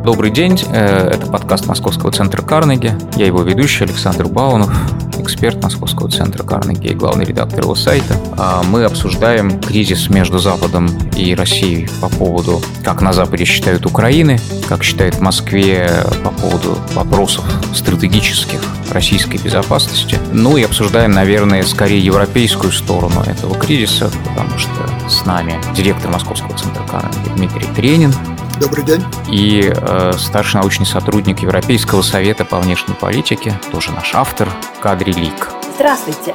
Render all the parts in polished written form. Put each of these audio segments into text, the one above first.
Добрый день, это подкаст Московского центра Карнеги. Я его ведущий Александр Баунов, эксперт Московского центра Карнеги и главный редактор его сайта. Мы обсуждаем кризис между Западом и Россией по поводу, как на Западе считают Украины, как считают в Москве по поводу вопросов стратегических российской безопасности. Ну и обсуждаем, наверное, скорее европейскую сторону этого кризиса, потому что с нами директор Московского центра Карнеги Дмитрий Тренин. Добрый день. И старший научный сотрудник Европейского совета по внешней политике, тоже наш автор, Кадри Лик. Здравствуйте.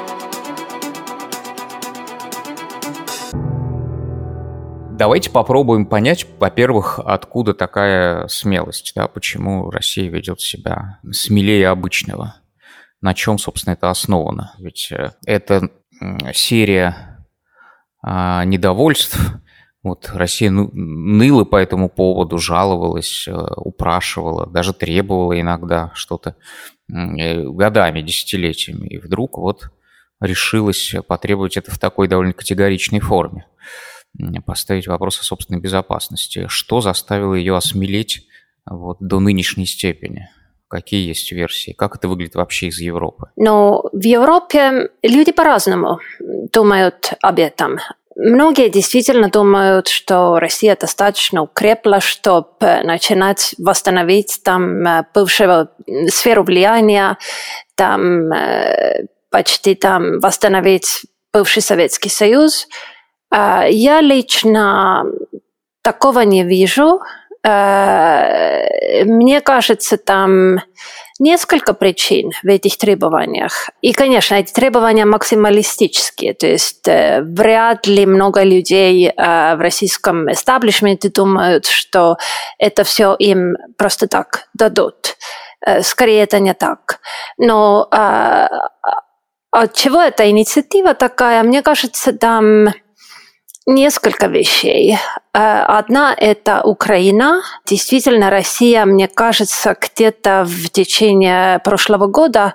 Давайте попробуем понять, во-первых, откуда такая смелость, да, почему Россия ведет себя смелее обычного, на чем, собственно, это основано. Ведь это серия недовольств. Вот Россия ныла по этому поводу, жаловалась, упрашивала, даже требовала иногда что-то годами, десятилетиями. И вдруг вот решилась потребовать это в такой довольно категоричной форме. Поставить вопрос о собственной безопасности. Что заставило ее осмелеть вот до нынешней степени? Какие есть версии? Как это выглядит вообще из Европы? Ну, в Европе люди по-разному думают об этом. Многие действительно думают, что Россия достаточно укрепла, чтобы начинать восстановить там бывшую сферу влияния, там почти там восстановить бывший Советский Союз. Я лично такого не вижу. Мне кажется, там несколько причин в этих требованиях. И, конечно, эти требования максималистические. То есть вряд ли много людей в российском эстаблишменте думают, что это все им просто так дадут. Скорее, это не так. Но от чего эта инициатива такая? Мне кажется, там несколько вещей. Одна – это Украина. Действительно, Россия, мне кажется, где-то в течение прошлого года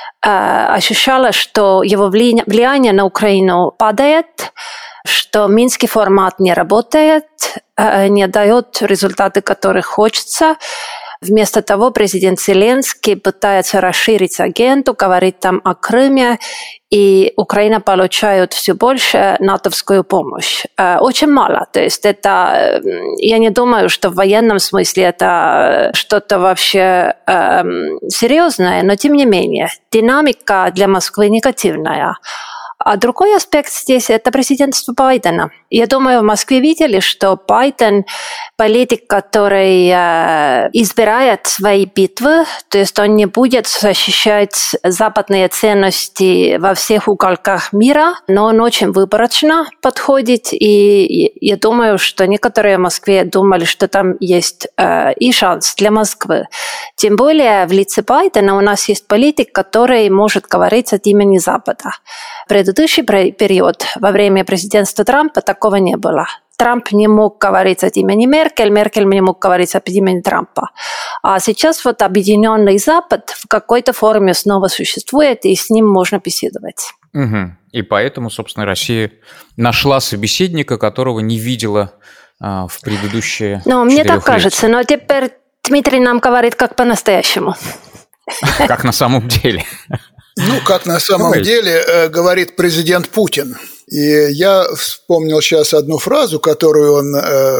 ощущала, что его влияние на Украину падает, что минский формат не работает, не дает результаты, которых хочется. Вместо того президент Зеленский пытается расширить агенту, говорит там о Крыме, и Украина получает все больше натовскую помощь. Очень мало. То есть это, я не думаю, что в военном смысле это что-то вообще серьезное, но тем не менее, динамика для Москвы негативная. А другой аспект здесь – это президентство Байдена. Я думаю, в Москве видели, что Байден – политик, который избирает свои битвы, то есть он не будет защищать западные ценности во всех уголках мира, но он очень выборочно подходит, и я думаю, что некоторые в Москве думали, что там есть и шанс для Москвы. Тем более в лице Байдена у нас есть политик, который может говорить от имени Запада. Предыдущий период, во время президентства Трампа, такого не было. Трамп не мог говорить от имени Меркель, Меркель не мог говорить от имени Трампа. А сейчас вот объединенный Запад в какой-то форме снова существует, и с ним можно беседовать. Угу. И поэтому, собственно, Россия нашла собеседника, которого не видела в предыдущие 4 Ну, мне так кажется, но теперь Дмитрий нам говорит, как по-настоящему. Как на самом деле. Ну, как на самом деле говорит президент Путин. И я вспомнил сейчас одну фразу, которую он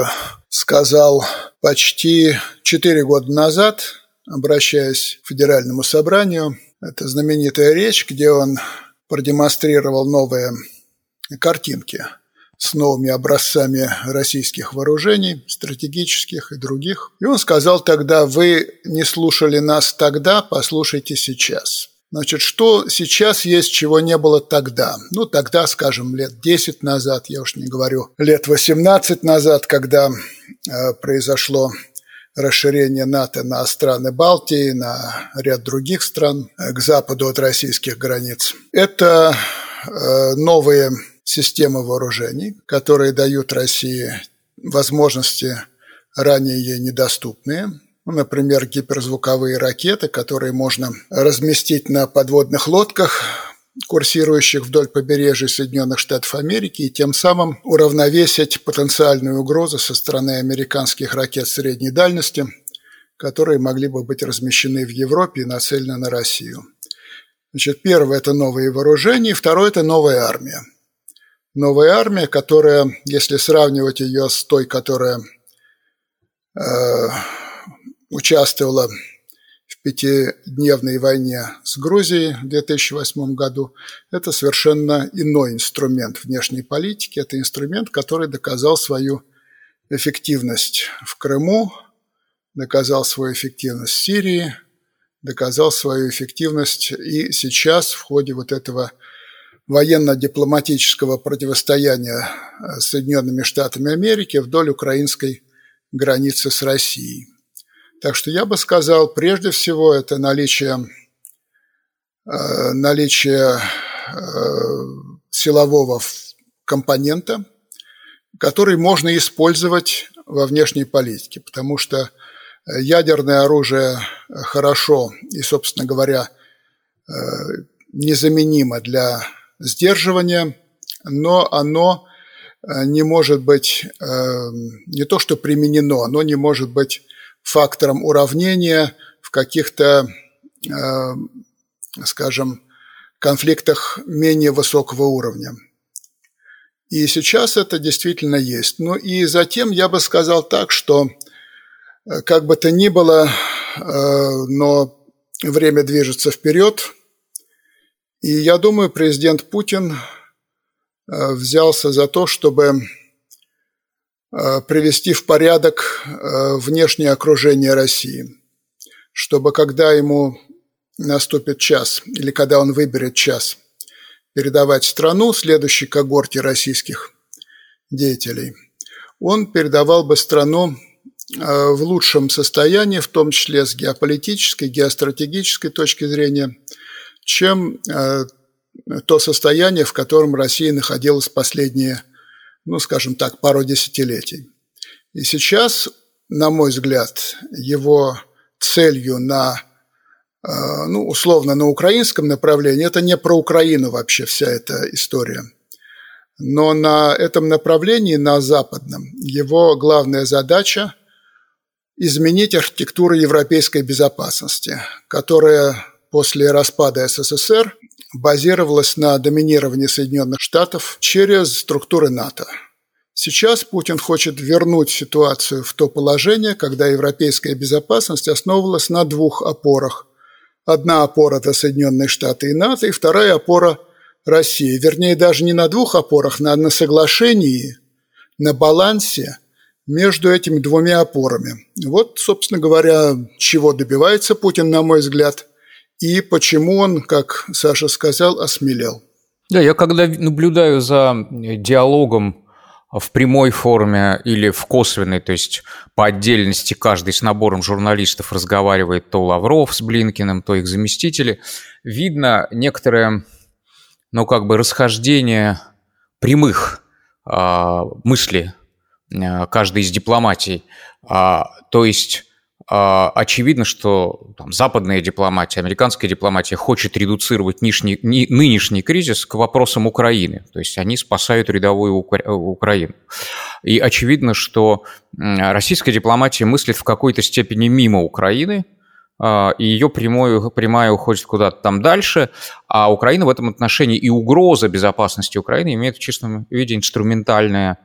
сказал почти 4 года назад, обращаясь к Федеральному собранию. Это знаменитая речь, где он продемонстрировал новые картинки с новыми образцами российских вооружений, стратегических и других. И он сказал тогда: «Вы не слушали нас тогда, послушайте сейчас». Значит, что сейчас есть, чего не было тогда? Ну, тогда, скажем, лет 10 назад, я уж не говорю, лет 18 назад, когда произошло расширение НАТО на страны Балтии, на ряд других стран к западу от российских границ. Это новые системы вооружений, которые дают России возможности, ранее ей недоступные. Например, гиперзвуковые ракеты, которые можно разместить на подводных лодках, курсирующих вдоль побережья Соединенных Штатов Америки, и тем самым уравновесить потенциальную угрозу со стороны американских ракет средней дальности, которые могли бы быть размещены в Европе и нацелены на Россию. Значит, первое – это новые вооружения, второе – это новая армия. Новая армия, которая, если сравнивать ее с той, которая участвовала в пятидневной войне с Грузией в 2008 году, это совершенно иной инструмент внешней политики. Это инструмент, который доказал свою эффективность в Крыму, доказал свою эффективность в Сирии, доказал свою эффективность и сейчас в ходе вот этого военно-дипломатического противостояния с Соединенными Штатами Америки вдоль украинской границы с Россией. Так что я бы сказал, прежде всего, это наличие силового компонента, который можно использовать во внешней политике, потому что ядерное оружие хорошо и, собственно говоря, незаменимо для сдерживания, но оно не может быть не то что применено, оно не может быть фактором уравнения в каких-то, скажем, конфликтах менее высокого уровня. И сейчас это действительно есть. Ну и затем я бы сказал так, что как бы то ни было, но время движется вперед, и я думаю, президент Путин взялся за то, чтобы привести в порядок внешнее окружение России, чтобы когда ему наступит час или когда он выберет час передавать страну следующей когорте российских деятелей, он передавал бы страну в лучшем состоянии, в том числе с геополитической, геостратегической точки зрения, чем то состояние, в котором Россия находилась последние, ну, скажем так, пару десятилетий. И сейчас, на мой взгляд, его целью ну, условно, на украинском направлении, это не про Украину вообще вся эта история, но на этом направлении, на западном, его главная задача – изменить архитектуру европейской безопасности, которая после распада СССР базировалась на доминировании Соединенных Штатов через структуры НАТО. Сейчас Путин хочет вернуть ситуацию в то положение, когда европейская безопасность основывалась на двух опорах. Одна опора – это Соединенные Штаты и НАТО, и вторая опора – Россия. Вернее, даже не на двух опорах, а на соглашении, на балансе между этими двумя опорами. Вот, собственно говоря, чего добивается Путин, на мой взгляд, и почему он, как Саша сказал, осмелел. Да, я когда наблюдаю за диалогом в прямой форме или в косвенной, то есть по отдельности каждый с набором журналистов разговаривает, то Лавров с Блинкиным, то их заместители, видно некоторое, ну, как бы расхождение прямых мыслей каждой из дипломатий. То есть очевидно, что там, западная дипломатия, американская дипломатия хочет редуцировать нынешний кризис к вопросам Украины. То есть они спасают рядовую Украину. И очевидно, что российская дипломатия мыслит в какой-то степени мимо Украины, и ее прямая уходит куда-то там дальше, а Украина в этом отношении и угроза безопасности Украины имеет в чистом виде инструментальное,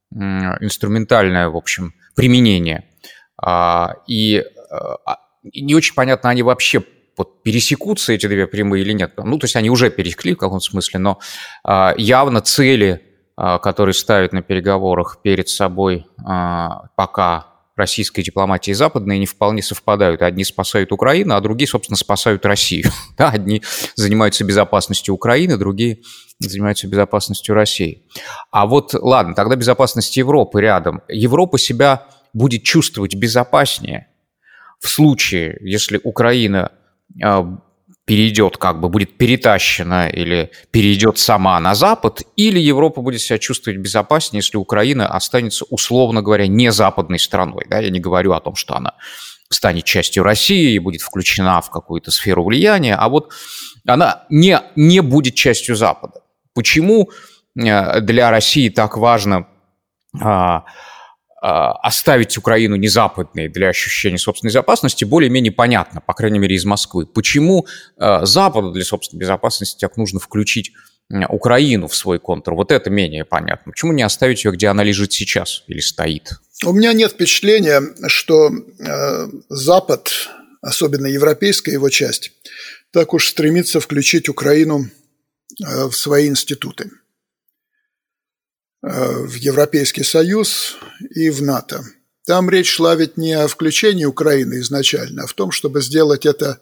в общем, применение. И не очень понятно, они вообще пересекутся, эти две прямые, или нет. Ну, то есть они уже пересекли в каком-то смысле, но явно цели, которые ставят на переговорах перед собой пока российской дипломатии и западной, не вполне совпадают. Одни спасают Украину, а другие, собственно, спасают Россию. Да, одни занимаются безопасностью Украины, другие занимаются безопасностью России. А вот, ладно, тогда безопасность Европы рядом. Европа себя будет чувствовать безопаснее в случае, если Украина перейдет, как бы будет перетащена или перейдет сама на Запад, или Европа будет себя чувствовать безопаснее, если Украина останется, условно говоря, не западной страной. Да? Я не говорю о том, что она станет частью России и будет включена в какую-то сферу влияния, а вот она не будет частью Запада. Почему для России так важно оставить Украину незападной для ощущения собственной безопасности более-менее понятно, по крайней мере, из Москвы. Почему Западу для собственной безопасности так нужно включить Украину в свой контур? Вот это менее понятно. Почему не оставить ее, где она лежит сейчас или стоит? У меня нет впечатления, что Запад, особенно европейская его часть, так уж стремится включить Украину в свои институты, в Европейский Союз и в НАТО. Там речь шла ведь не о включении Украины изначально, а в том, чтобы сделать это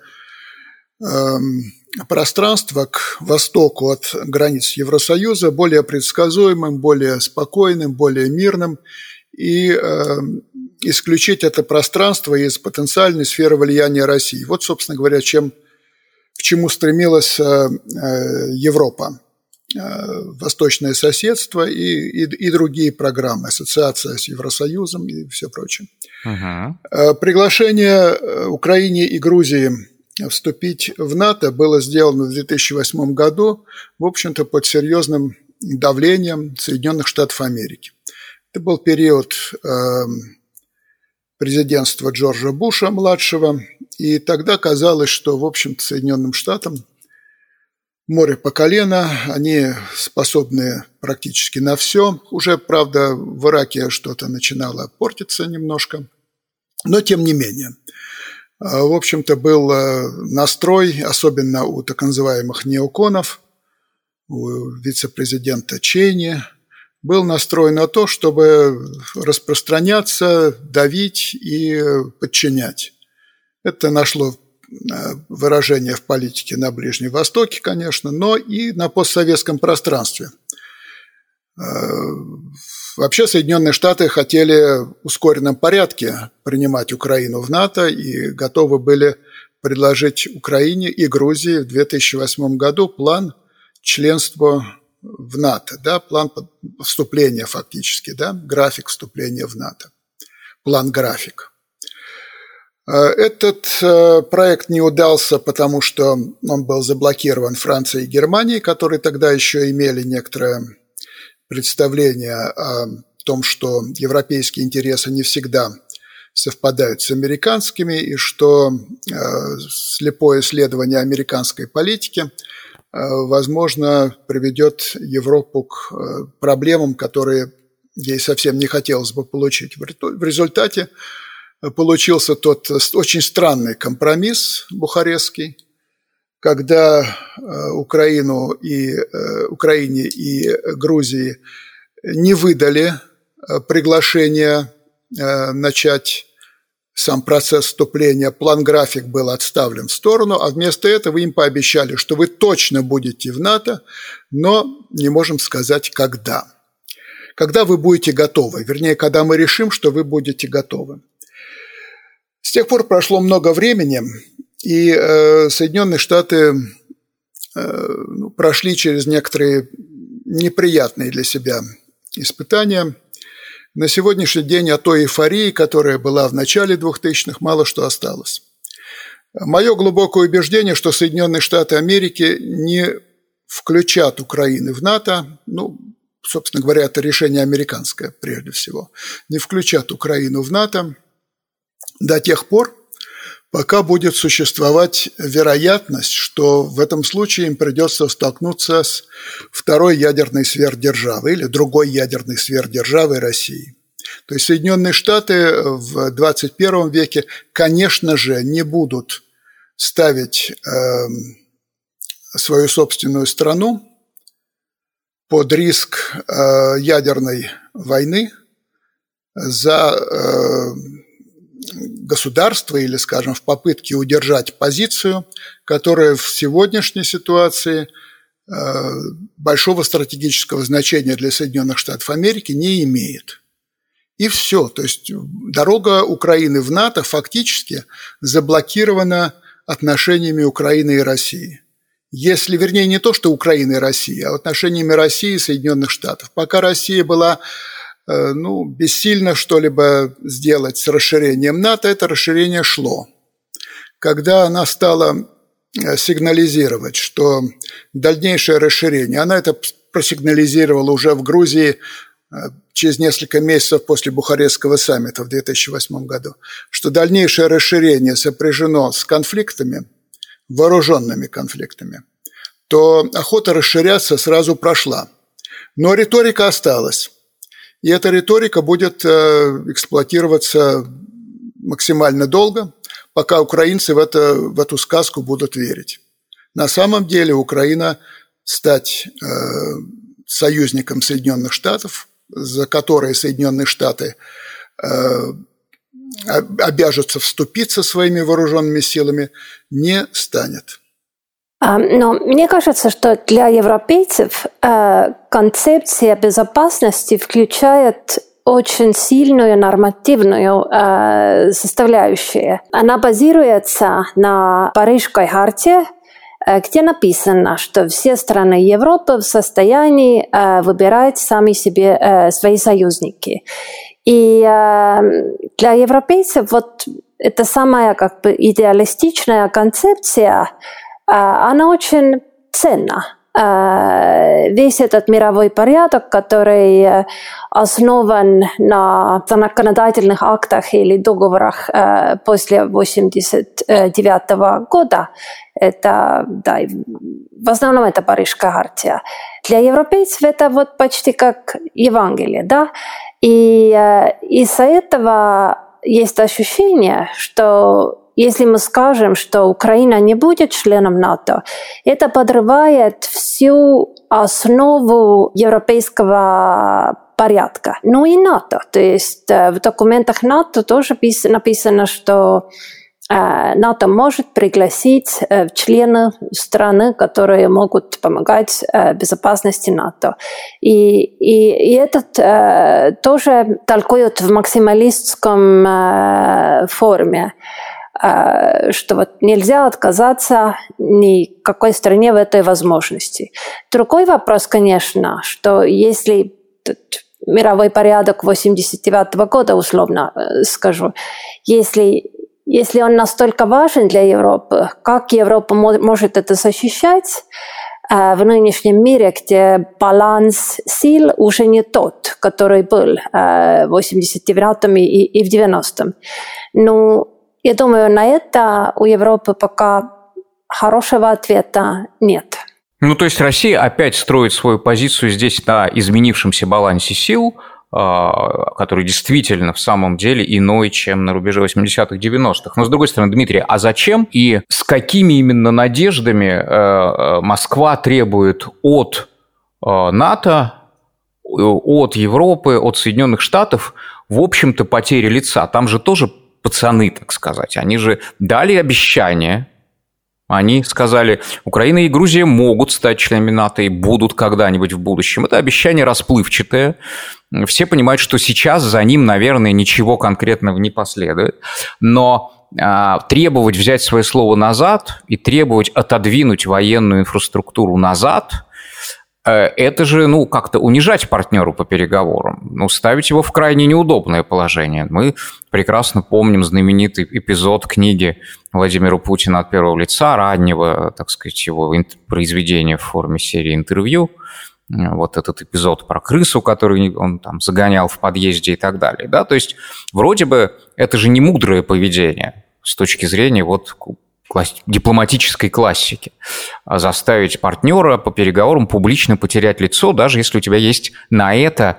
пространство к востоку от границ Евросоюза более предсказуемым, более спокойным, более мирным и исключить это пространство из потенциальной сферы влияния России. Вот, собственно говоря, к чему стремилась Европа. Восточное соседство и другие программы, ассоциация с Евросоюзом и все прочее. Приглашение Украине и Грузии вступить в НАТО было сделано в 2008 году, в общем-то, под серьезным давлением Соединенных Штатов Америки. Это был период президентства Джорджа Буша-младшего, и тогда казалось, что, в общем-то, Соединенным Штатам море по колено, они способны практически на все. Уже, правда, в Ираке что-то начинало портиться немножко, но тем не менее. В общем-то, был настрой, особенно у так называемых неоконов, у вице-президента Чейни, был настрой на то, чтобы распространяться, давить и подчинять. Это нашло выражение в политике на Ближнем Востоке, конечно, но и на постсоветском пространстве. Вообще Соединенные Штаты хотели в ускоренном порядке принимать Украину в НАТО и готовы были предложить Украине и Грузии в 2008 году план членства в НАТО, да, план вступления фактически, да, график вступления в НАТО, план-график. Этот проект не удался, потому что он был заблокирован Францией и Германией, которые тогда еще имели некоторое представление о том, что европейские интересы не всегда совпадают с американскими, и что слепое исследование американской политики, возможно, приведет Европу к проблемам, которые ей совсем не хотелось бы получить. В результате получился тот очень странный компромисс бухарестский, когда Украине и Грузии не выдали приглашение начать сам процесс вступления, план-график был отставлен в сторону, а вместо этого им пообещали, что вы точно будете в НАТО, но не можем сказать, когда. Когда вы будете готовы, вернее, когда мы решим, что вы будете готовы. С тех пор прошло много времени, и Соединенные Штаты прошли через некоторые неприятные для себя испытания. На сегодняшний день от той эйфории, которая была в начале 2000-х, мало что осталось. Мое глубокое убеждение, что Соединенные Штаты Америки не включат Украину в НАТО, собственно говоря, это решение американское прежде всего, не включат Украину в НАТО до тех пор, пока будет существовать вероятность, что в этом случае им придется столкнуться с второй ядерной сверхдержавой или другой ядерной сверхдержавой России. То есть Соединенные Штаты в 21 веке, конечно же, не будут ставить свою собственную страну под риск ядерной войны за государство или, скажем, в попытке удержать позицию, которая в сегодняшней ситуации большого стратегического значения для Соединенных Штатов Америки не имеет. И все. То есть дорога Украины в НАТО фактически заблокирована отношениями Украины и России. Если, вернее, не то, что Украина и Россия, а отношениями России и Соединенных Штатов. Пока Россия была бессильно что-либо сделать с расширением НАТО, это расширение шло. Когда она стала сигнализировать, что дальнейшее расширение, она это просигнализировала уже в Грузии через несколько месяцев после Бухарестского саммита в 2008 году, что дальнейшее расширение сопряжено с конфликтами, вооруженными конфликтами, то охота расширяться сразу прошла. Но риторика осталась. И эта риторика будет эксплуатироваться максимально долго, пока украинцы в эту сказку будут верить. На самом деле Украина стать союзником Соединенных Штатов, за которые Соединенные Штаты обяжутся вступиться своими вооруженными силами, не станет. Но мне кажется, что для европейцев концепция безопасности включает очень сильную нормативную составляющую. Она базируется на Парижской харте, где написано, что все страны Европы в состоянии выбирать сами себе свои союзники. И для европейцев вот эта самая как бы идеалистичная концепция, она очень ценна. Весь этот мировой порядок, который основан на законодательных актах или договорах после 1989 года, это, да, в основном это Парижская хартия. Для европейцев это вот почти как Евангелие, да? И из-за этого есть ощущение, что если мы скажем, что Украина не будет членом НАТО, это подрывает всю основу европейского порядка. Ну и НАТО. То есть в документах НАТО тоже написано, что НАТО может пригласить членов страны, которые могут помогать безопасности НАТО. И этот тоже толкуют в максималистском форме, что вот нельзя отказаться никакой стране в этой возможности. Другой вопрос, конечно, что если мировой порядок 1989 года, условно скажу, если он настолько важен для Европы, как Европа может это защищать в нынешнем мире, где баланс сил уже не тот, который был в 89-м и в 90-м. Ну, я думаю, на это у Европы пока хорошего ответа нет. Ну, то есть Россия опять строит свою позицию здесь на изменившемся балансе сил, который действительно в самом деле иной, чем на рубеже 80-х, 90-х. Но, с другой стороны, Дмитрий, а зачем и с какими именно надеждами Москва требует от НАТО, от Европы, от Соединенных Штатов, в общем-то, потери лица? Там же тоже пацаны, так сказать. Они же дали обещание. Они сказали, Украина и Грузия могут стать членами НАТО и будут когда-нибудь в будущем. Это обещание расплывчатое. Все понимают, что сейчас за ним, наверное, ничего конкретного не последует. Но требовать взять свое слово назад и требовать отодвинуть военную инфраструктуру назад, это же, как-то унижать партнера по переговорам, ставить его в крайне неудобное положение. Мы прекрасно помним знаменитый эпизод книги Владимира Путина от первого лица, раннего, так сказать, его произведения в форме серии интервью. Вот этот эпизод про крысу, которую он там загонял в подъезде и так далее. Да? То есть вроде бы это же не мудрое поведение с точки зрения дипломатической классики. Заставить партнера по переговорам публично потерять лицо, даже если у тебя есть на это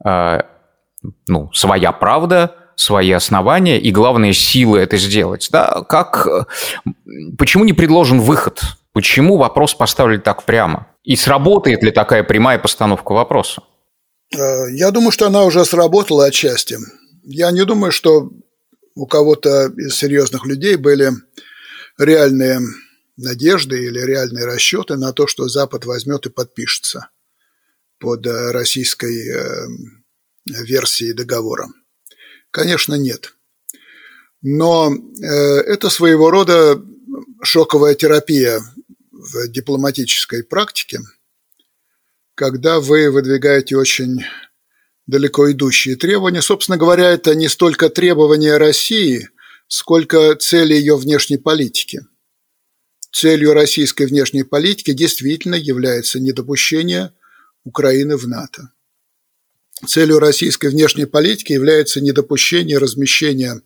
своя правда, свои основания и, главное, силы это сделать. Да? Почему не предложен выход? Почему вопрос поставлен так прямо? И сработает ли такая прямая постановка вопроса? Я думаю, что она уже сработала отчасти. Я не думаю, что у кого-то из серьезных людей были реальные надежды или реальные расчеты на то, что Запад возьмет и подпишется под российской версией договора. Конечно, нет. Но это своего рода шоковая терапия в дипломатической практике, когда вы выдвигаете очень далеко идущие требования. Собственно говоря, это не столько требования России, сколько цели ее внешней политики. Целью российской внешней политики действительно является недопущение Украины в НАТО. целью российской внешней политики является недопущение размещения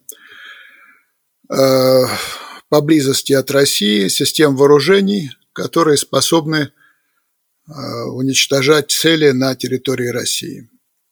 поблизости от России систем вооружений, которые способны уничтожать цели на территории России.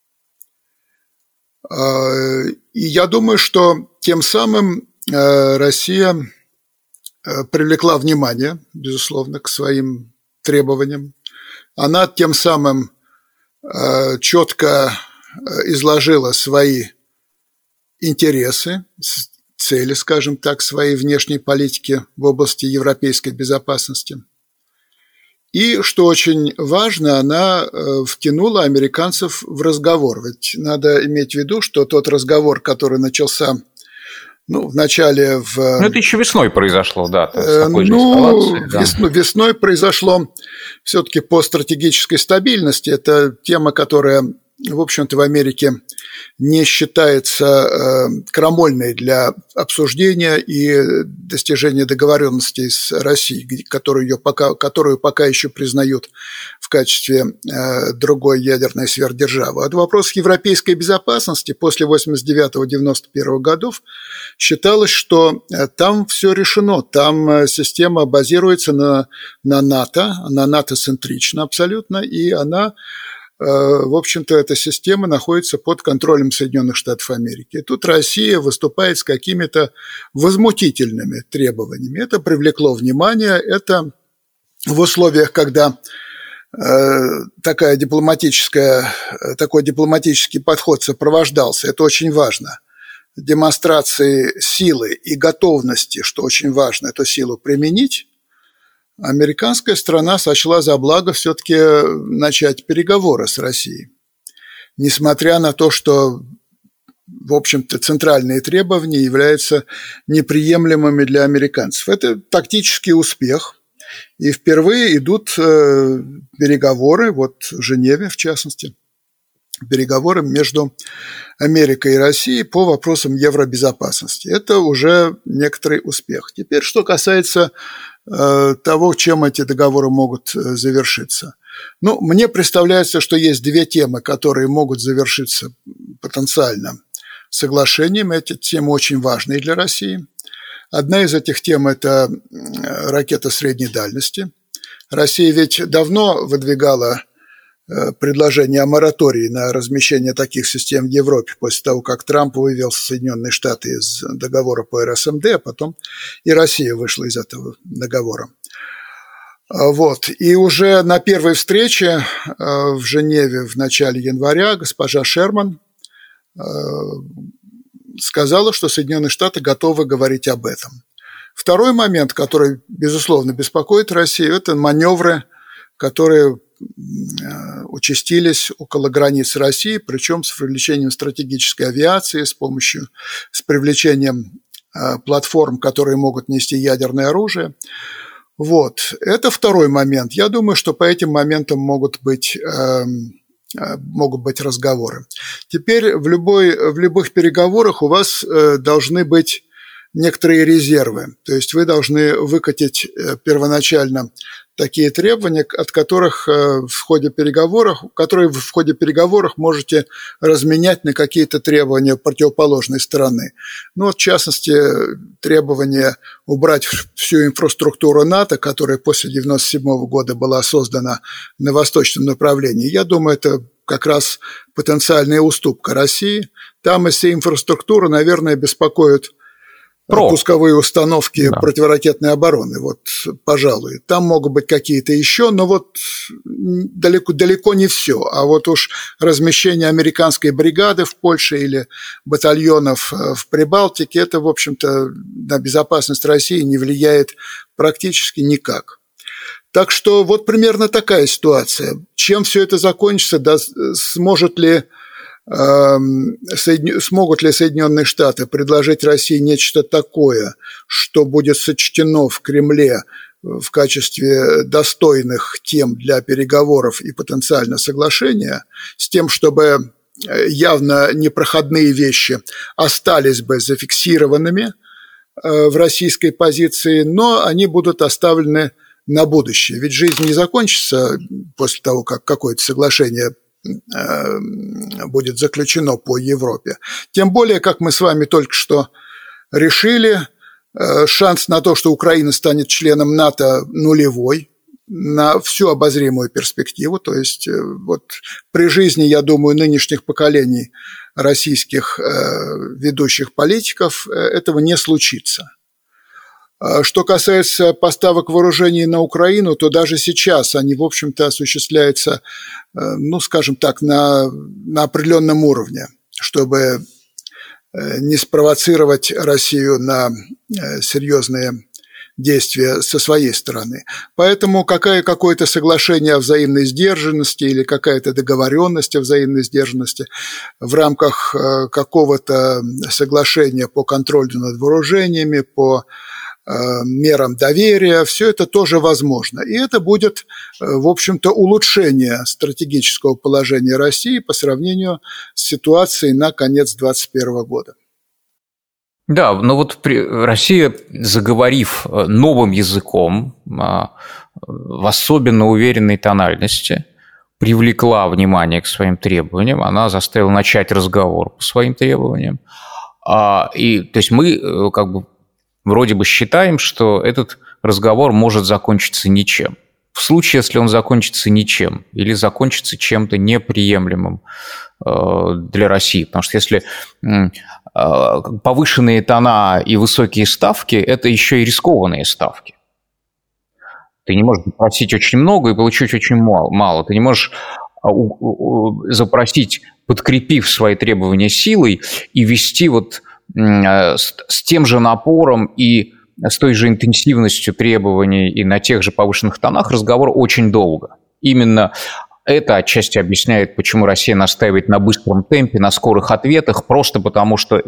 И я думаю, что тем самым Россия привлекла внимание, безусловно, к своим требованиям. Она тем самым четко изложила свои интересы, цели, скажем так, своей внешней политики в области европейской безопасности. И, что очень важно, она втянула американцев в разговор. Ведь надо иметь в виду, что тот разговор, который начался в начале… это еще весной произошло, да. Весной произошло все-таки по стратегической стабильности. Это тема, которая, в общем-то, в Америке не считается крамольной для обсуждения и достижения договоренностей с Россией, которую пока еще признают в качестве другой ядерной сверхдержавы. А вопрос европейской безопасности после 1989-1991 годов считалось, что там все решено, там система базируется на НАТО, она НАТО-центрична абсолютно, и она… В общем-то, эта система находится под контролем Соединенных Штатов Америки. И тут Россия выступает с какими-то возмутительными требованиями. Это привлекло внимание, это в условиях, когда такой дипломатический подход сопровождался, это очень важно, демонстрации силы и готовности, что очень важно, эту силу применить. Американская страна сочла за благо все-таки начать переговоры с Россией, несмотря на то, что, в общем-то, центральные требования являются неприемлемыми для американцев. Это тактический успех, и впервые идут переговоры, вот в Женеве, в частности, переговоры между Америкой и Россией по вопросам евробезопасности. Это уже некоторый успех. Теперь, что касается того, чем эти договоры могут завершиться. Мне представляется, что есть две темы, которые могут завершиться потенциально соглашением. Эти темы очень важные для России. Одна из этих тем – это ракета средней дальности. Россия ведь давно выдвигала предложение о моратории на размещение таких систем в Европе после того, как Трамп вывел Соединенные Штаты из договора по РСМД, а потом и Россия вышла из этого договора. И уже на первой встрече в Женеве в начале января госпожа Шерман сказала, что Соединенные Штаты готовы говорить об этом. Второй момент, который, безусловно, беспокоит Россию, это маневры, которые участились около границ России, причем с привлечением стратегической авиации, с привлечением платформ, которые могут нести ядерное оружие. Это второй момент. Я думаю, что по этим моментам могут быть разговоры. Теперь в любых переговорах у вас должны быть некоторые резервы. То есть вы должны выкатить первоначально такие требования, которые в ходе переговоров можете разменять на какие-то требования противоположной стороны. В частности, требование убрать всю инфраструктуру НАТО, которая после 1997 года была создана на восточном направлении. Я думаю, это как раз потенциальная уступка России. Там из всей инфраструктуры, наверное, беспокоят пусковые установки противоракетной обороны, пожалуй. Там могут быть какие-то еще, но далеко не все. А уж размещение американской бригады в Польше или батальонов в Прибалтике, это, в общем-то, на безопасность России не влияет практически никак. Так что примерно такая ситуация. Чем все это закончится, смогут ли Соединенные Штаты предложить России нечто такое, что будет сочтено в Кремле в качестве достойных тем для переговоров и потенциально соглашения, с тем, чтобы явно непроходные вещи остались бы зафиксированными в российской позиции, но они будут оставлены на будущее. Ведь жизнь не закончится после того, как какое-то соглашение будет заключено по Европе. Тем более, как мы с вами только что решили, шанс на то, что Украина станет членом НАТО, нулевой на всю обозримую перспективу. То есть вот при жизни, я думаю, нынешних поколений российских ведущих политиков этого не случится. Что касается поставок вооружений на Украину, то даже сейчас они, в общем-то, осуществляются, ну, скажем так, на определенном уровне, чтобы не спровоцировать Россию на серьезные действия со своей стороны. Поэтому какое-то соглашение о взаимной сдержанности или какая-то договоренность о взаимной сдержанности в рамках какого-то соглашения по контролю над вооружениями, по мерам доверия, все это тоже возможно. И это будет, в общем-то, улучшение стратегического положения России по сравнению с ситуацией на конец 2021 года. Да, но вот Россия, заговорив новым языком, в особенно уверенной тональности, привлекла внимание к своим требованиям, она заставила начать разговор по своим требованиям. И, то есть мы как бы вроде бы считаем, что этот разговор может закончиться ничем. В случае, если он закончится ничем или закончится чем-то неприемлемым для России, потому что если повышенные тона и высокие ставки – это еще и рискованные ставки. Ты не можешь попросить очень много и получить очень мало. Ты не можешь запросить, подкрепив свои требования силой, и вести вот с тем же напором и с той же интенсивностью требований и на тех же повышенных тонах разговор очень долго. Именно это отчасти объясняет, почему Россия настаивает на быстром темпе, на скорых ответах, просто потому что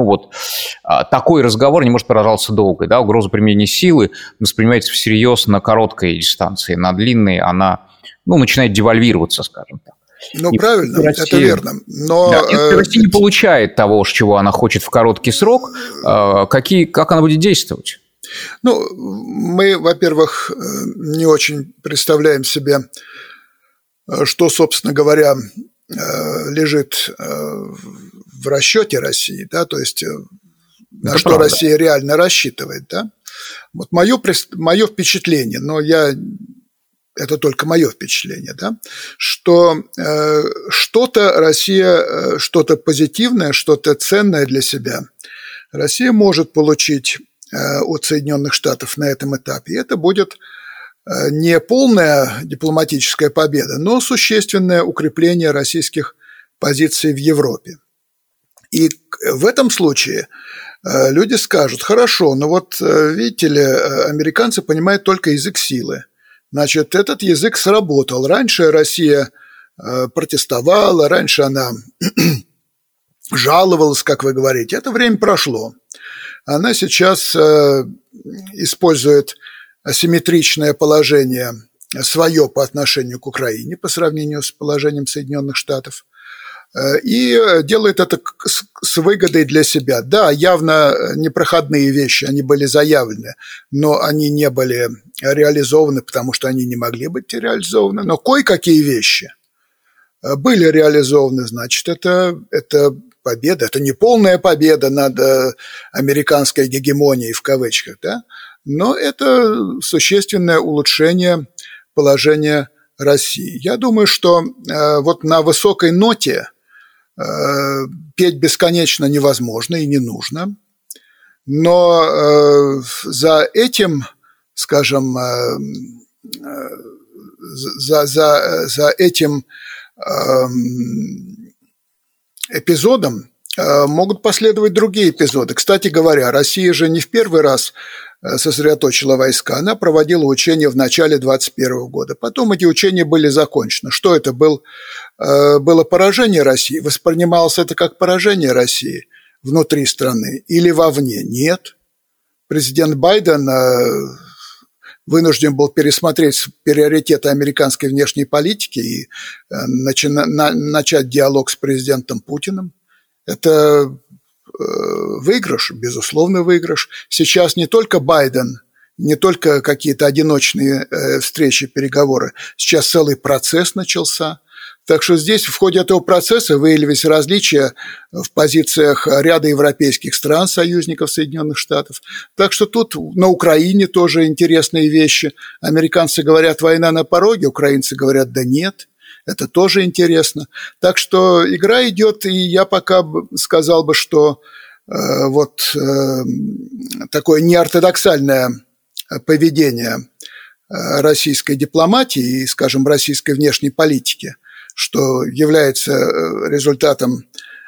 такой разговор не может продолжаться долго. Да? Угроза применения силы воспринимается всерьез на короткой дистанции, на длинной она начинает девальвироваться, скажем так. Правильно, Россия, это верно. Но Россия не получает того, чего она хочет в короткий срок. Как она будет действовать? Мы, во-первых, не очень представляем себе, что, собственно говоря, лежит в расчете России, да, то есть на это что правда. Россия реально рассчитывает. Да? Вот мое впечатление, но это только мое впечатление, да, что что-то Россия, что-то позитивное, что-то ценное для себя Россия может получить от Соединенных Штатов на этом этапе. И это будет не полная дипломатическая победа, но существенное укрепление российских позиций в Европе. И в этом случае люди скажут: хорошо, но вот видите ли, американцы понимают только язык силы. Значит, этот язык сработал. Раньше Россия протестовала, раньше она жаловалась, как вы говорите. Это время прошло. Она сейчас использует асимметричное положение свое по отношению к Украине по сравнению с положением Соединенных Штатов. И делает это с выгодой для себя. Да, явно непроходные вещи, они были заявлены, но они не были реализованы, потому что они не могли быть реализованы. Но кое-какие вещи были реализованы, значит, это победа. Это не полная победа над американской гегемонией, в кавычках, да? Но это существенное улучшение положения России. Я думаю, что вот на высокой ноте петь бесконечно невозможно и не нужно, но за этим, скажем, за этим эпизодом могут последовать другие эпизоды. Кстати говоря, Россия же не в первый раз сосредоточила войска. Она проводила учения в начале 2021 года. Потом эти учения были закончены. Что это было поражение России? Воспринималось это как поражение России внутри страны или вовне? Нет. Президент Байден вынужден был пересмотреть приоритеты американской внешней политики и начать диалог с президентом Путиным. Это выигрыш, безусловно, выигрыш. Сейчас не только Байден, не только какие-то одиночные встречи, переговоры. Сейчас целый процесс начался. Так что здесь в ходе этого процесса выявились различия в позициях ряда европейских стран, союзников Соединенных Штатов. Так что тут на Украине тоже интересные вещи. Американцы говорят, война на пороге, украинцы говорят, да нет. Это тоже интересно. Так что игра идет, и я пока сказал бы, что такое неортодоксальное поведение российской дипломатии и, скажем, российской внешней политики, что является результатом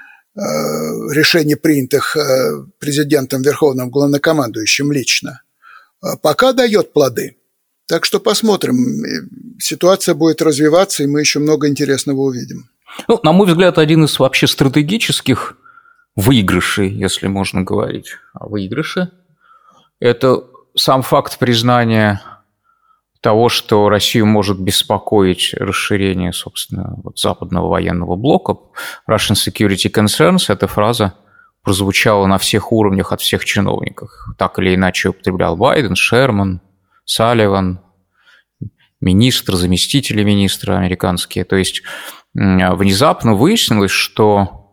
решений, принятых президентом, верховным главнокомандующим лично, пока дает плоды. Так что посмотрим. Ситуация будет развиваться, и мы еще много интересного увидим. Ну, на мой взгляд, один из вообще стратегических выигрышей, если можно говорить о выигрыше, это сам факт признания того, что Россию может беспокоить расширение, собственно, западного военного блока. Russian Security Concerns – эта фраза прозвучала на всех уровнях от всех чиновников. Так или иначе употреблял Байден, Шерман, Салливан, министр, заместители министра американские. То есть внезапно выяснилось, что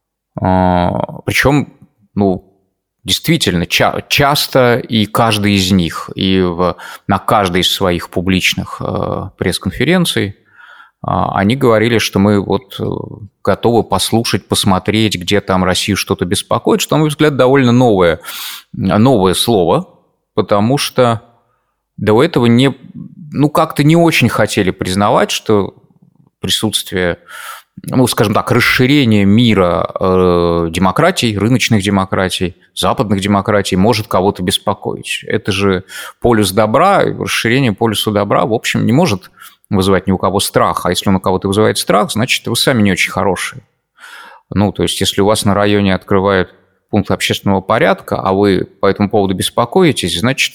причем, действительно часто и каждый из них, и на каждой из своих публичных пресс-конференций они говорили, что мы готовы послушать, посмотреть, где там Россию что-то беспокоит, что, на мой взгляд, довольно новое слово, потому что до этого как-то не очень хотели признавать, что присутствие, скажем так, расширение мира демократий, рыночных демократий, западных демократий может кого-то беспокоить. Это же полюс добра, расширение полюса добра, в общем, не может вызывать ни у кого страх. А если он у кого-то вызывает страх, значит, вы сами не очень хорошие. То есть, если у вас на районе открывают пункт общественного порядка, а вы по этому поводу беспокоитесь, значит,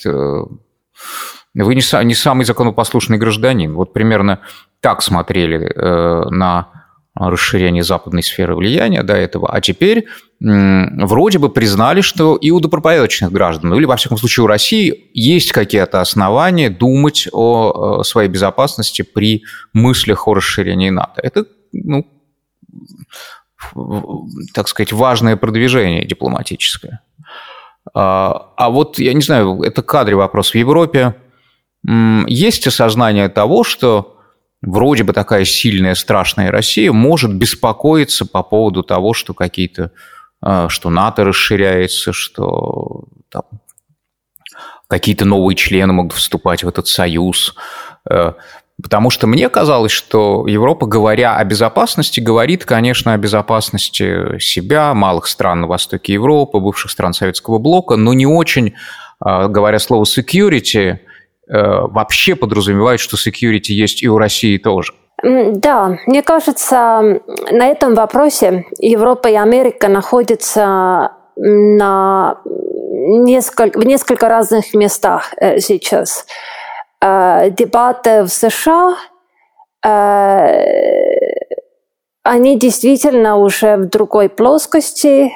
вы не самый законопослушный гражданин. Вот примерно так смотрели на расширение западной сферы влияния до этого, а теперь вроде бы признали, что и у добропорядочных граждан, или, во всяком случае, у России есть какие-то основания думать о своей безопасности при мыслях о расширении НАТО. Это, так сказать, важное продвижение дипломатическое. А я не знаю, это кадровый вопрос. В Европе есть осознание того, что вроде бы такая сильная, страшная Россия может беспокоиться по поводу того, что что НАТО расширяется, что там какие-то новые члены могут вступать в этот союз. Потому что мне казалось, что Европа, говоря о безопасности, говорит, конечно, о безопасности себя, малых стран на востоке Европы, бывших стран Советского блока, но не очень, говоря слово security, вообще подразумевает, что security есть и у России тоже. Да, мне кажется, на этом вопросе Европа и Америка находятся в несколько разных местах сейчас. Дебаты в США, они действительно уже в другой плоскости.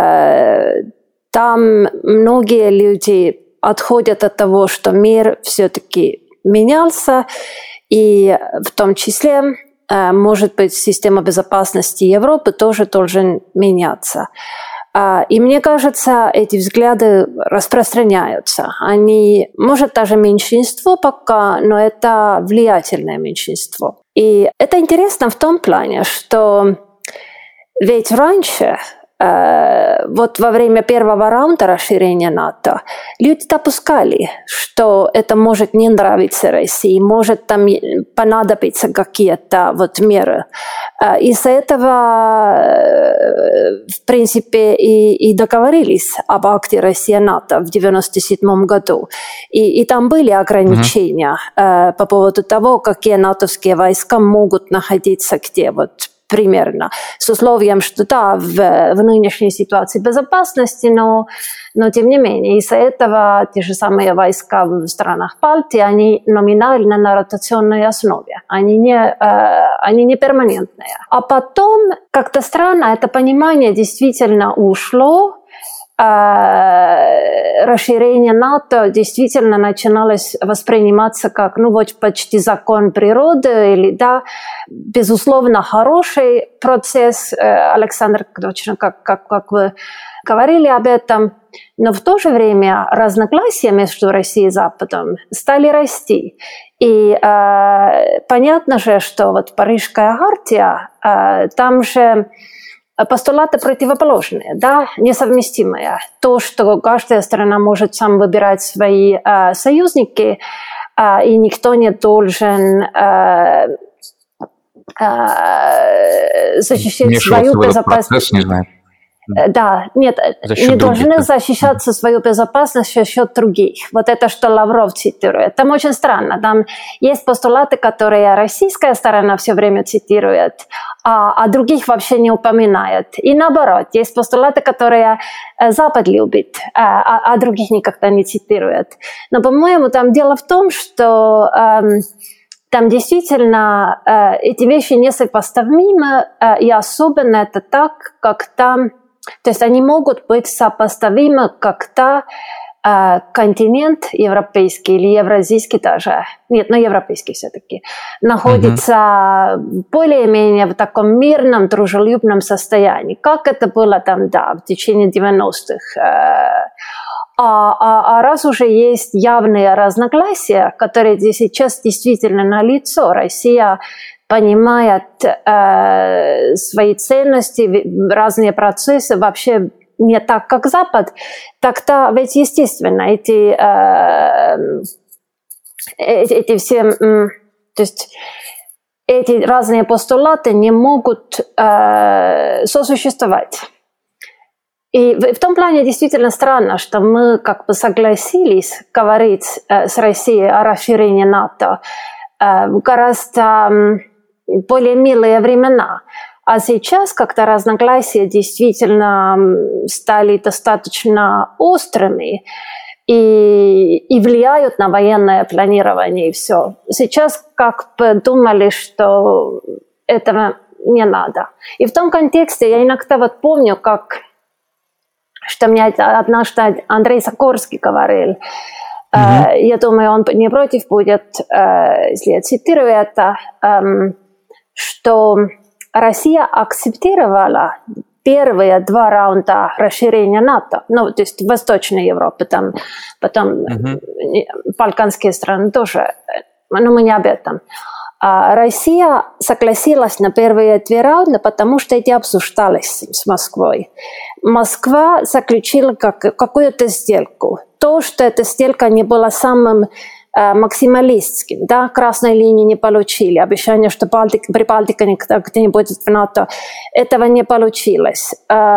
Там многие люди отходят от того, что мир все-таки менялся, и в том числе, может быть, система безопасности Европы тоже должен меняться. И мне кажется, эти взгляды распространяются. Они, может, даже меньшинство пока, но это влиятельное меньшинство. И это интересно в том плане, что ведь раньше, во время первого раунда расширения НАТО, люди допускали, что это может не нравиться России, может там понадобиться какие-то меры. Из-за этого, в принципе, и договорились об акте Россия-НАТО в 1997 году. И там были ограничения по поводу того, какие натовские войска могут находиться где, примерно, с условием, что да, в нынешней ситуации безопасности, но тем не менее, из-за этого те же самые войска в странах Балтии, они номинально на ротационной основе, они не перманентные. А потом, как-то странно, это понимание действительно ушло, расширение НАТО действительно начиналось восприниматься как, почти закон природы, или, безусловно, хороший процесс, Александр, точно как вы говорили об этом, но в то же время разногласия между Россией и Западом стали расти. И понятно же, что Парижская хартия, там же постулаты противоположные, несовместимые. То, что каждая страна может сам выбирать свои союзники, и никто не должен защищать свою безопасность. Не должны защищаться свою безопасность за счет других. Это что Лавров цитирует. Там очень странно. Там есть постулаты, которые российская сторона все время цитирует, а других вообще не упоминает. И наоборот, есть постулаты, которые Запад любит, а других никогда не цитирует. Но, по-моему, там дело в том, что там действительно эти вещи несопоставимы, и особенно это так, как там. То есть они могут быть сопоставимы, когда континент европейский или евразийский даже, европейский все-таки, находится более-менее в таком мирном, дружелюбном состоянии, как это было там, в течение 90-х. А раз уже есть явные разногласия, которые сейчас действительно налицо, Россия понимает свои ценности, разные процессы вообще не так, как Запад, тогда ведь естественно эти все, то есть эти разные постулаты не могут сосуществовать. И в том плане действительно странно, что мы согласились говорить с Россией о расширении НАТО гораздо более милые времена. А сейчас как-то разногласия действительно стали достаточно острыми и влияют на военное планирование и все. Сейчас как бы думали, что этого не надо. И в том контексте я иногда помню, что мне однажды Андрей Сокорский говорил, я думаю, он не против будет, если я цитирую это, что Россия акцептировала первые 2 раунда расширения НАТО, то есть Восточной Европы, потом балканские страны тоже, но мы не об этом. Россия согласилась на первые 2 раунда, потому что эти обсуждались с Москвой. Москва заключила какую-то сделку. То, что эта сделка не была самым максималистским, красной линии не получили, обещание, что Прибалтика никогда не будет в НАТО, этого не получилось.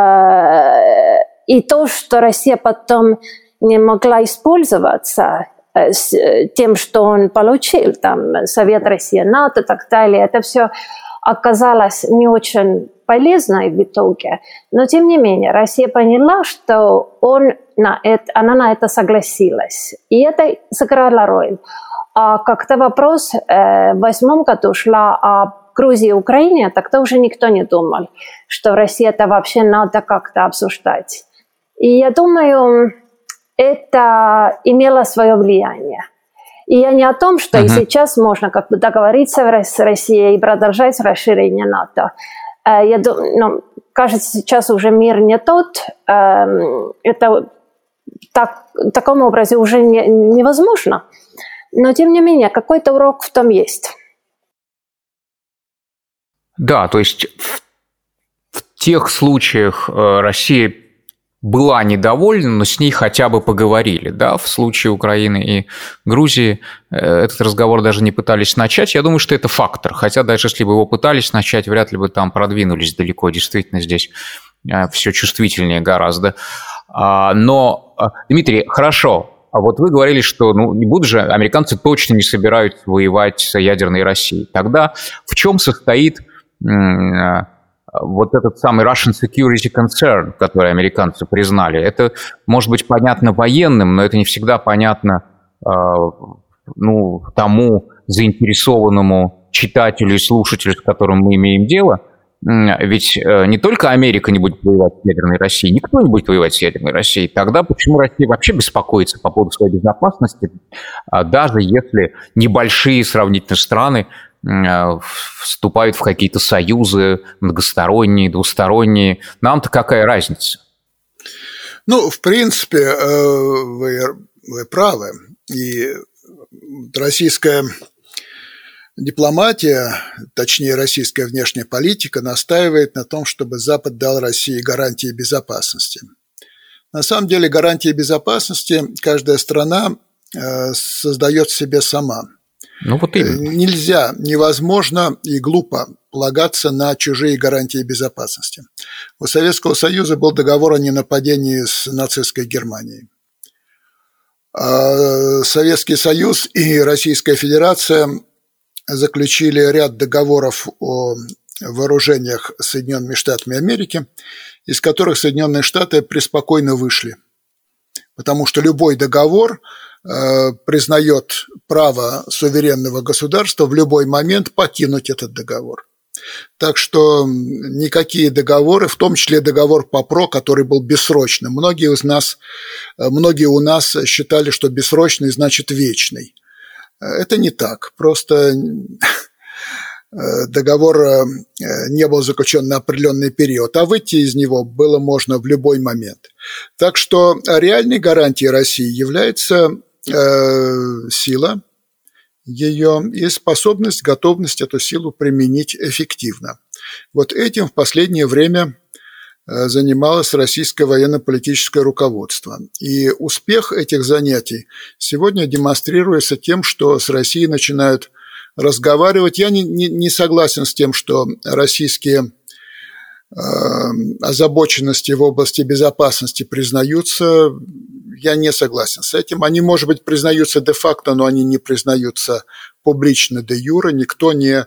И то, что Россия потом не могла использоваться с тем, что он получил, Совет России, НАТО и так далее, это все оказалось не очень полезной в итоге. Но, тем не менее, Россия поняла, что она на это согласилась. И это сыграло роль. А как-то вопрос в 2008 году шла о Грузии и Украине, тогда уже никто не думал, что в России это вообще надо как-то обсуждать. И я думаю, это имело свое влияние. И я не о том, что и сейчас можно договориться с Россией и продолжать расширение НАТО. Я думаю, кажется, сейчас уже мир не тот. Это в таком образе уже невозможно. Но, тем не менее, какой-то урок в том есть. Да, то есть в тех случаях Россия была недовольна, но с ней хотя бы поговорили. Да? В случае Украины и Грузии этот разговор даже не пытались начать. Я думаю, что это фактор. Хотя даже если бы его пытались начать, вряд ли бы там продвинулись далеко. Действительно, здесь все чувствительнее гораздо. Но, Дмитрий, хорошо. А вот вы говорили, что не будут же американцы точно не собираются воевать с ядерной Россией. Тогда в чем состоит вот этот самый Russian Security Concern, который американцы признали? Это может быть понятно военным, но это не всегда понятно тому заинтересованному читателю и слушателю, с которым мы имеем дело. ведь не только Америка не будет воевать с ядерной Россией, никто не будет воевать с ядерной Россией. Тогда почему Россия вообще беспокоится по поводу своей безопасности, даже если небольшие сравнительно страны вступают в какие-то союзы многосторонние, двусторонние? Нам-то какая разница? Ну, в принципе, вы правы. И российская дипломатия, точнее, российская внешняя политика настаивает на том, чтобы Запад дал России гарантии безопасности. На самом деле гарантии безопасности каждая страна создает себе сама. Ну, вот именно. Нельзя, невозможно и глупо полагаться на чужие гарантии безопасности. У Советского Союза был договор о ненападении с нацистской Германией. Советский Союз и Российская Федерация заключили ряд договоров о вооружениях с Соединенными Штатами Америки, из которых Соединенные Штаты преспокойно вышли, потому что любой договор признает право суверенного государства в любой момент покинуть этот договор. Так что никакие договоры, в том числе договор ПАПРО, который был бессрочным, многие у нас считали, что бессрочный значит вечный. Это не так, просто договор не был заключен на определенный период, а выйти из него было можно в любой момент. Так что реальной гарантией России является сила ее и способность, готовность эту силу применить эффективно. Вот этим в последнее время занималось российское военно-политическое руководство. И успех этих занятий сегодня демонстрируется тем, что с Россией начинают разговаривать. Я не согласен с тем, что российские озабоченности в области безопасности признаются. Я не согласен с этим. Они, может быть, признаются де-факто, но они не признаются публично де-юре. Никто не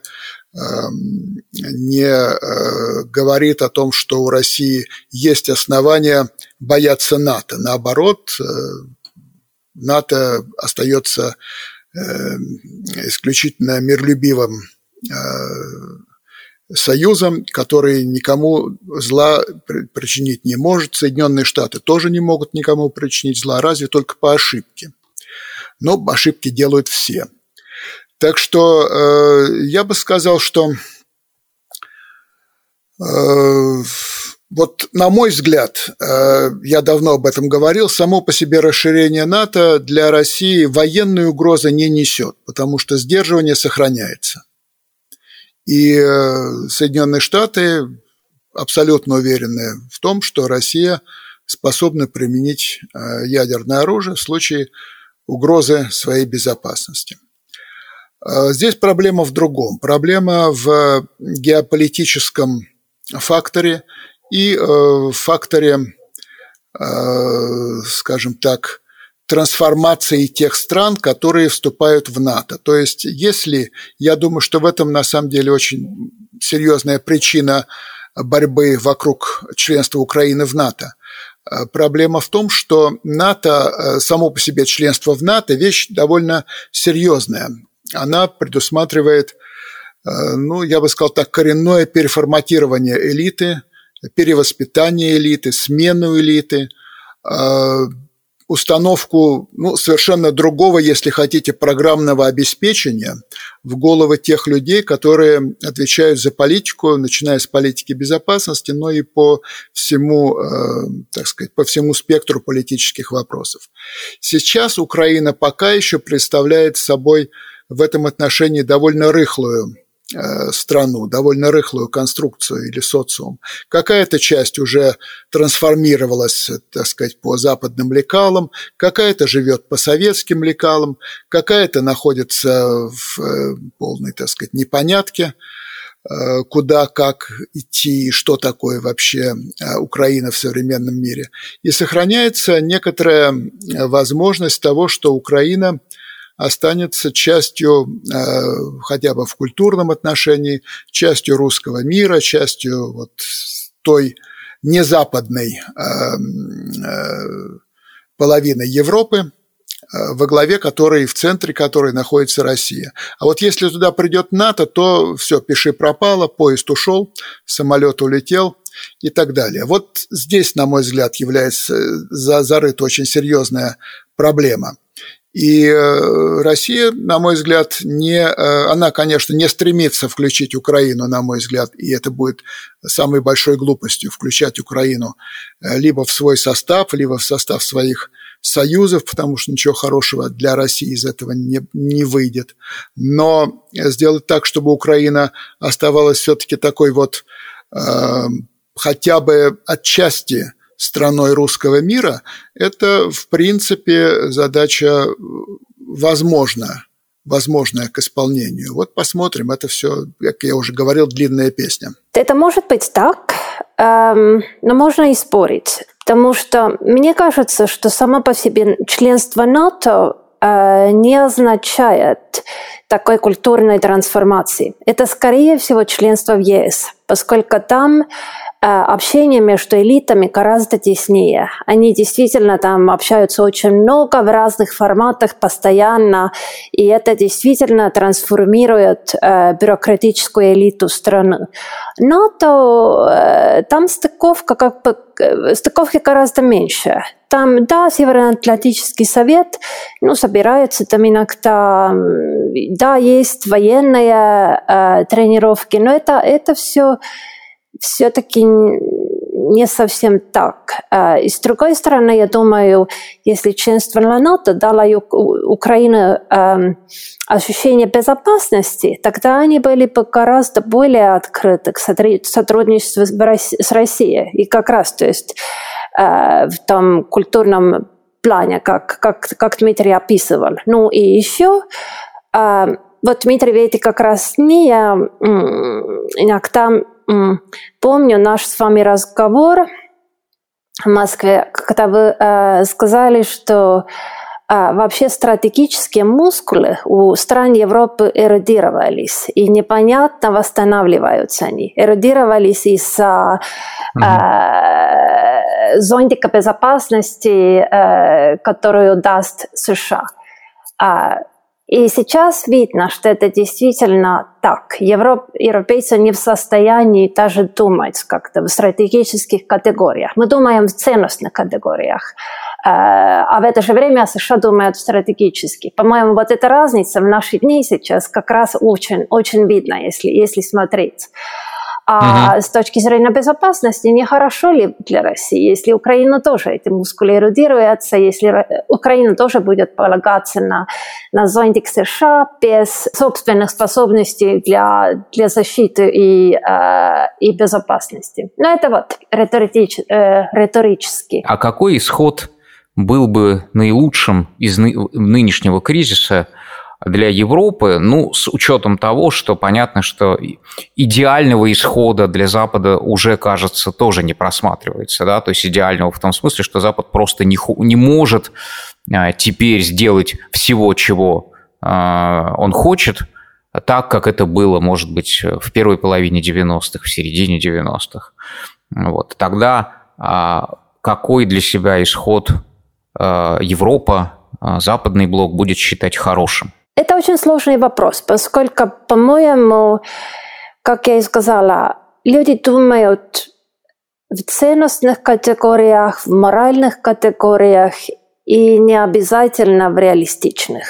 говорит о том, что у России есть основания бояться НАТО. Наоборот, НАТО остается исключительно миролюбивым союзом, который никому зла причинить не может. Соединенные Штаты тоже не могут никому причинить зла, разве только по ошибке. Но ошибки делают все. Так что я бы сказал, что вот на мой взгляд, я давно об этом говорил, само по себе расширение НАТО для России военной угрозы не несет, потому что сдерживание сохраняется. И Соединенные Штаты абсолютно уверены в том, что Россия способна применить ядерное оружие в случае угрозы своей безопасности. Здесь проблема в другом. Проблема в геополитическом факторе и факторе, скажем так, трансформации тех стран, которые вступают в НАТО. То есть, я думаю, что в этом на самом деле очень серьезная причина борьбы вокруг членства Украины в НАТО. Проблема в том, что НАТО, само по себе членство в НАТО, вещь довольно серьезная. Она предусматривает, я бы сказал так, коренное переформатирование элиты, перевоспитание элиты, смену элиты, установку совершенно другого, если хотите, программного обеспечения в головы тех людей, которые отвечают за политику, начиная с политики безопасности, но и по всему, так сказать, по всему спектру политических вопросов. Сейчас Украина пока еще представляет собой в этом отношении довольно рыхлую страну, довольно рыхлую конструкцию или социум. Какая-то часть уже трансформировалась, так сказать, по западным лекалам, какая-то живет по советским лекалам, какая-то находится в полной, так сказать, непонятке, куда, как идти, что такое вообще Украина в современном мире. И сохраняется некоторая возможность того, что Украина останется частью, хотя бы в культурном отношении, частью русского мира, частью вот той незападной половины Европы, во главе которой, в центре которой находится Россия. А вот если туда придет НАТО, то все, пиши пропало, поезд ушел, самолет улетел и так далее. Вот здесь, на мой взгляд, является зарыта очень серьезная проблема. И Россия, на мой взгляд, она, конечно, не стремится включить Украину, на мой взгляд, и это будет самой большой глупостью включать Украину либо в свой состав, либо в состав своих союзов, потому что ничего хорошего для России из этого не выйдет. Но сделать так, чтобы Украина оставалась все-таки такой вот хотя бы отчасти страной русского мира, это, в принципе, задача возможная к исполнению. Вот посмотрим, это все, как я уже говорил, длинная песня. Это может быть так, но можно и спорить, потому что мне кажется, что само по себе членство НАТО не означает такой культурной трансформации. Это, скорее всего, членство в ЕС, поскольку там общение между элитами гораздо теснее. Они действительно там общаются очень много в разных форматах постоянно, и это действительно трансформирует бюрократическую элиту страны. Но там стыковки гораздо меньше. Там, да, Североатлантический совет, собирается там иногда, да, есть военные тренировки, но это все-таки не совсем так. И с другой стороны, я думаю, если членство в НАТО дало Украине ощущение безопасности, тогда они были бы гораздо более открыты к сотрудничеству с Россией. И как раз, то есть в том культурном плане, как Дмитрий описывал. Ну и еще, вот Дмитрий ведь как раз не иногда помню наш с вами разговор в Москве, когда вы сказали, что вообще стратегические мускулы у стран Европы эродировались, и непонятно, восстанавливаются они. Эродировались из-за зонтика безопасности, которую даст США. И сейчас видно, что это действительно так. Европейцы не в состоянии даже думать как-то в стратегических категориях. Мы думаем в ценностных категориях, а в это же время США думают стратегически. По-моему, вот эта разница в наши дни сейчас как раз очень, очень видна, если смотреть. А с точки зрения безопасности, нехорошо ли для России, если Украина тоже эти мускулы эродируется, если Украина тоже будет полагаться на зонтик США без собственных способностей для защиты и безопасности. Но это вот риторически. А какой исход был бы наилучшим из нынешнего кризиса для Европы, с учетом того, что понятно, что идеального исхода для Запада уже, кажется, тоже не просматривается, да, то есть идеального в том смысле, что Запад просто не может теперь сделать всего, чего он хочет, так, как это было, может быть, в первой половине 90-х, в середине 90-х. Вот. Тогда какой для себя исход Европа, Западный блок будет считать хорошим? Это очень сложный вопрос, поскольку, по-моему, как я и сказала, люди думают в ценностных категориях, в моральных категориях и не обязательно в реалистичных.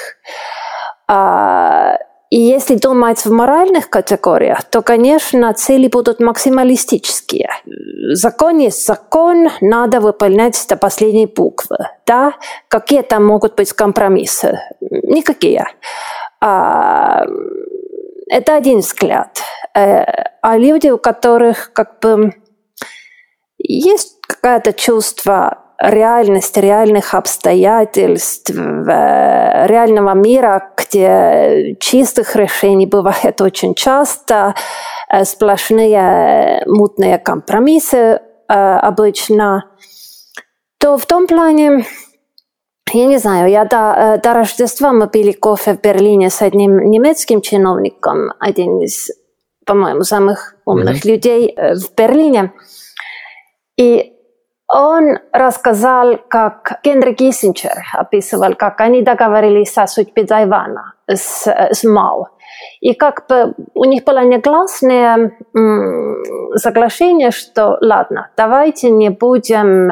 И если думать в моральных категориях, то, конечно, цели будут максималистические. Закон есть закон, надо выполнять до последней буквы. Да? Какие там могут быть компромиссы? Никакие. Это один взгляд. А люди, у которых есть какое-то чувство реальности, реальных обстоятельств, реального мира, где чистых решений бывает очень часто, сплошные мутные компромиссы обычно, то в том плане, я не знаю, до Рождества мы пили кофе в Берлине с одним немецким чиновником, один из, по-моему, самых умных людей в Берлине, и Он рассказал, как Генри Киссинджер описывал, как они договорились о судьбе Тайваня с Мао. И как бы у них было негласное соглашение, что ладно, давайте не будем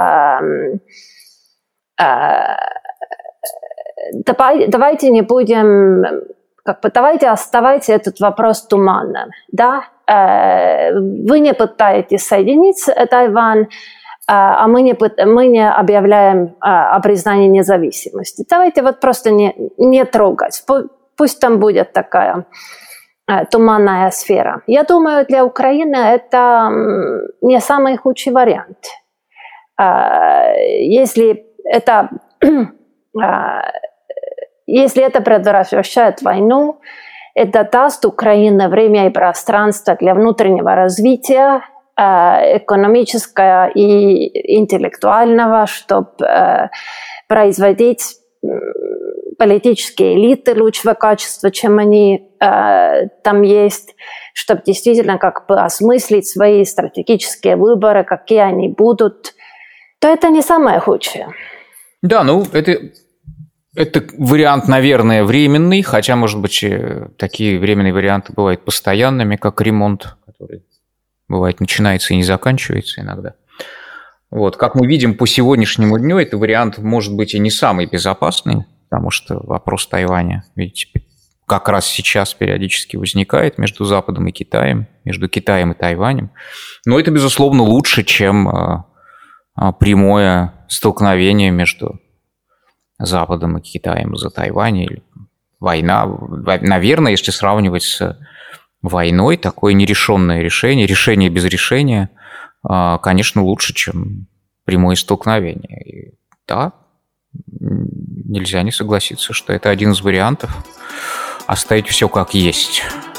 давайте не будем, как бы, давайте оставайте этот вопрос туманным, да? Вы не пытаетесь соединить Тайвань, а мы не объявляем о признании независимости. Давайте вот просто не трогать. Пусть там будет такая туманная сфера. Я думаю, для Украины это не самый худший вариант. Если это предотвращает войну, это даст Украине время и пространство для внутреннего развития, экономического и интеллектуального, чтобы производить политические элиты лучшего качества, чем они там есть, чтобы действительно как бы осмыслить свои стратегические выборы, какие они будут, то это не самое худшее. Да, ну это вариант, наверное, временный, хотя, может быть, такие временные варианты бывают постоянными, как ремонт, который бывает начинается и не заканчивается иногда. Вот, как мы видим по сегодняшнему дню, этот вариант может быть и не самый безопасный, потому что вопрос Тайваня, видите, как раз сейчас периодически возникает между Западом и Китаем, между Китаем и Тайванем. Но это, безусловно, лучше, чем прямое столкновение между Западом и Китаем за Тайвань. Или война, наверное, если сравнивать с войной, такое нерешенное решение без решения, конечно, лучше, чем прямое столкновение. И да, нельзя не согласиться, что это один из вариантов оставить все как есть.